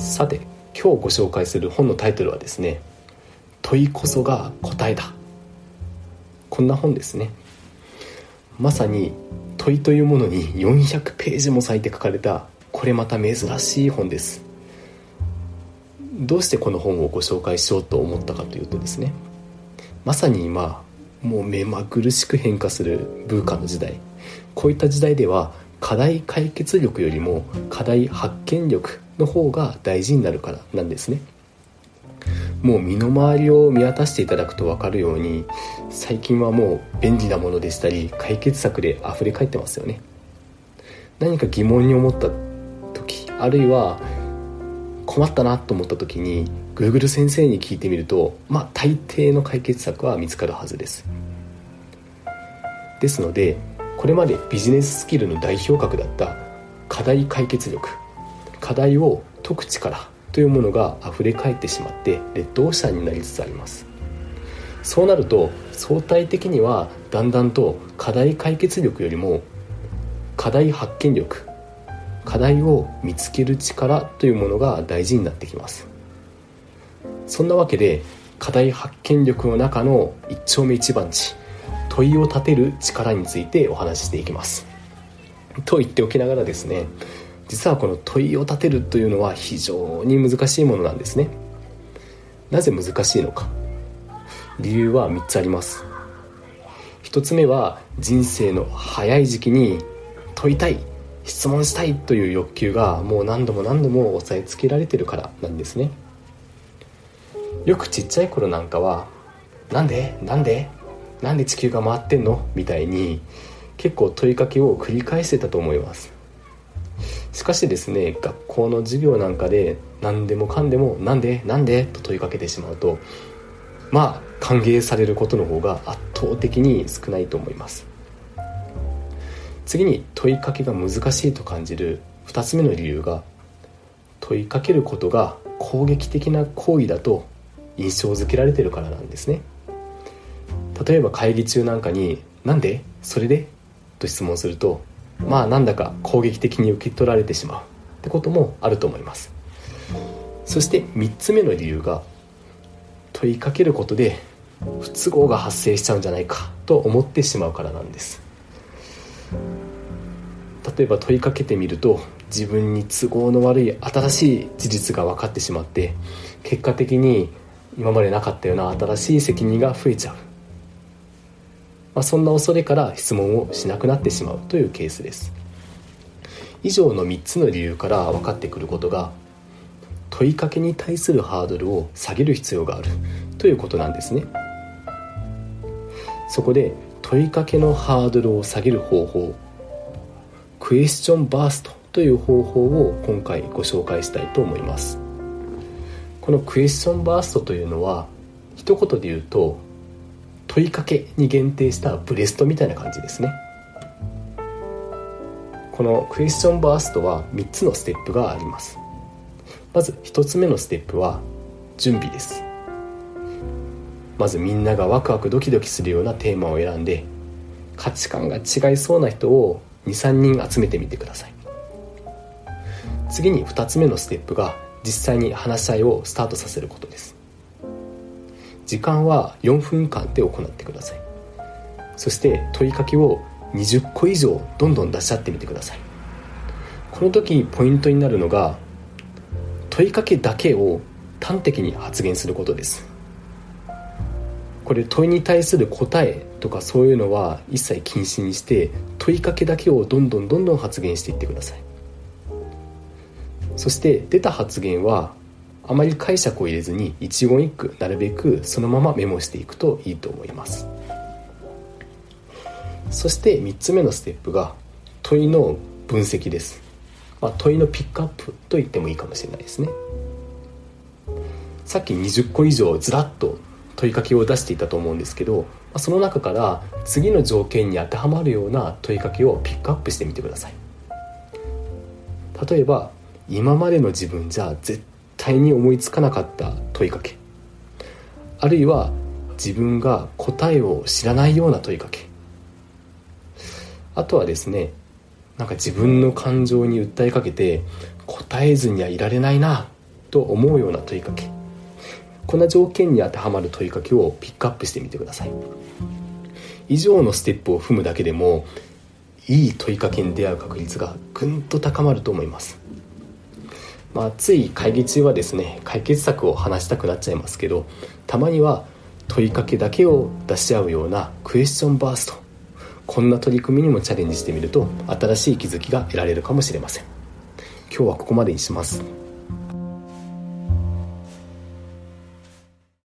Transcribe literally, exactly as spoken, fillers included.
さて、今日ご紹介する本のタイトルはですね、問いこそが答えだ。こんな本ですね。まさに問いというものによんひゃくページも割いて書かれた、これまた珍しい本です。どうしてこの本をご紹介しようと思ったかというとですね、まさに今もう目まぐるしく変化するブーカの時代、こういった時代では課題解決力よりも課題発見力の方が大事になるからなんですね。もう身の回りを見渡していただくと分かるように、最近はもう便利なものでしたり解決策で溢れ返ってますよね。何か疑問に思った時、あるいは困ったなと思った時に Google 先生に聞いてみると、まあ大抵の解決策は見つかるはずです。ですので、これまでビジネススキルの代表格だった課題解決力、課題を解く力というものが溢れ返ってしまってレッドオーシャンになりつつあります。そうなると相対的にはだんだんと課題解決力よりも課題発見力、課題を見つける力というものが大事になってきます。そんなわけで、課題発見力の中の一丁目一番地、問いを立てる力についてお話ししていきます。と言っておきながらですね、実はこの問いを立てるというのは非常に難しいものなんですね。なぜ難しいのか。理由はみっつあります。ひとつめは、人生の早い時期に問いたい、質問したいという欲求がもう何度も何度も抑えつけられているからなんですね。よくちっちゃい頃なんかは、なんでなんでなんで地球が回ってんのみたいに結構問いかけを繰り返してたと思います。しかしですね、学校の授業なんかで何でもかんでもなんでなんでと問いかけてしまうと、まあ歓迎されることの方が圧倒的に少ないと思います。次に問いかけが難しいと感じるふたつめの理由が、問いかけることが攻撃的な行為だと印象づけられているからなんですね。例えば会議中なんかになんでそれでと質問すると、まあなんだか攻撃的に受け取られてしまうってこともあると思います。そしてみっつめの理由が、問いかけることで不都合が発生しちゃうんじゃないかと思ってしまうからなんです。例えば問いかけてみると、自分に都合の悪い新しい事実が分かってしまって、結果的に今までなかったような新しい責任が増えちゃう、まあ、そんな恐れから質問をしなくなってしまうというケースです。以上のみっつの理由から分かってくることが、問いかけに対するハードルを下げる必要があるということなんですね。そこで問いかけのハードルを下げる方法、クエスチョンバーストという方法を今回ご紹介したいと思います。このクエスチョンバーストというのは、一言で言うと問いかけに限定したブレストみたいな感じですね。このクエスチョンバーストはみっつのステップがあります。まずひとつめのステップは準備です。まずみんながワクワクドキドキするようなテーマを選んで、価値観が違いそうな人をにさんにん集めてみてください。次にふたつめのステップが、実際に話し合いをスタートさせることです。時間はよんふんかんで行ってください。そして問いかけをにじゅっこ以上どんどん出し合ってみてください。この時ポイントになるのが、問いかけだけを端的に発言することです。これ問いに対する答えとかそういうのは一切禁止にして、問いかけだけをどんどんどんどん発言していってください。そして出た発言はあまり解釈を入れずに一言一句なるべくそのままメモしていくといいと思います。そしてみっつめのステップが問いの分析です。まあ、問いのピックアップと言ってもいいかもしれないですね。さっきにじゅっこ以上ずらっと問いかけを出していたと思うんですけど、その中から次の条件に当てはまるような問いかけをピックアップしてみてください。例えば、今までの自分じゃ絶対に思いつかなかった問いかけ、あるいは自分が答えを知らないような問いかけ、あとはですね、なんか自分の感情に訴えかけて答えずにはいられないなと思うような問いかけ、こんな条件に当てはまる問いかけをピックアップしてみてください。以上のステップを踏むだけでもいい問いかけに出会う確率がぐんと高まると思います。まあ、つい会議中はですね、解決策を話したくなっちゃいますけど、たまには問いかけだけを出し合うようなクエスチョンバースト、こんな取り組みにもチャレンジしてみると新しい気づきが得られるかもしれません。今日はここまでにします。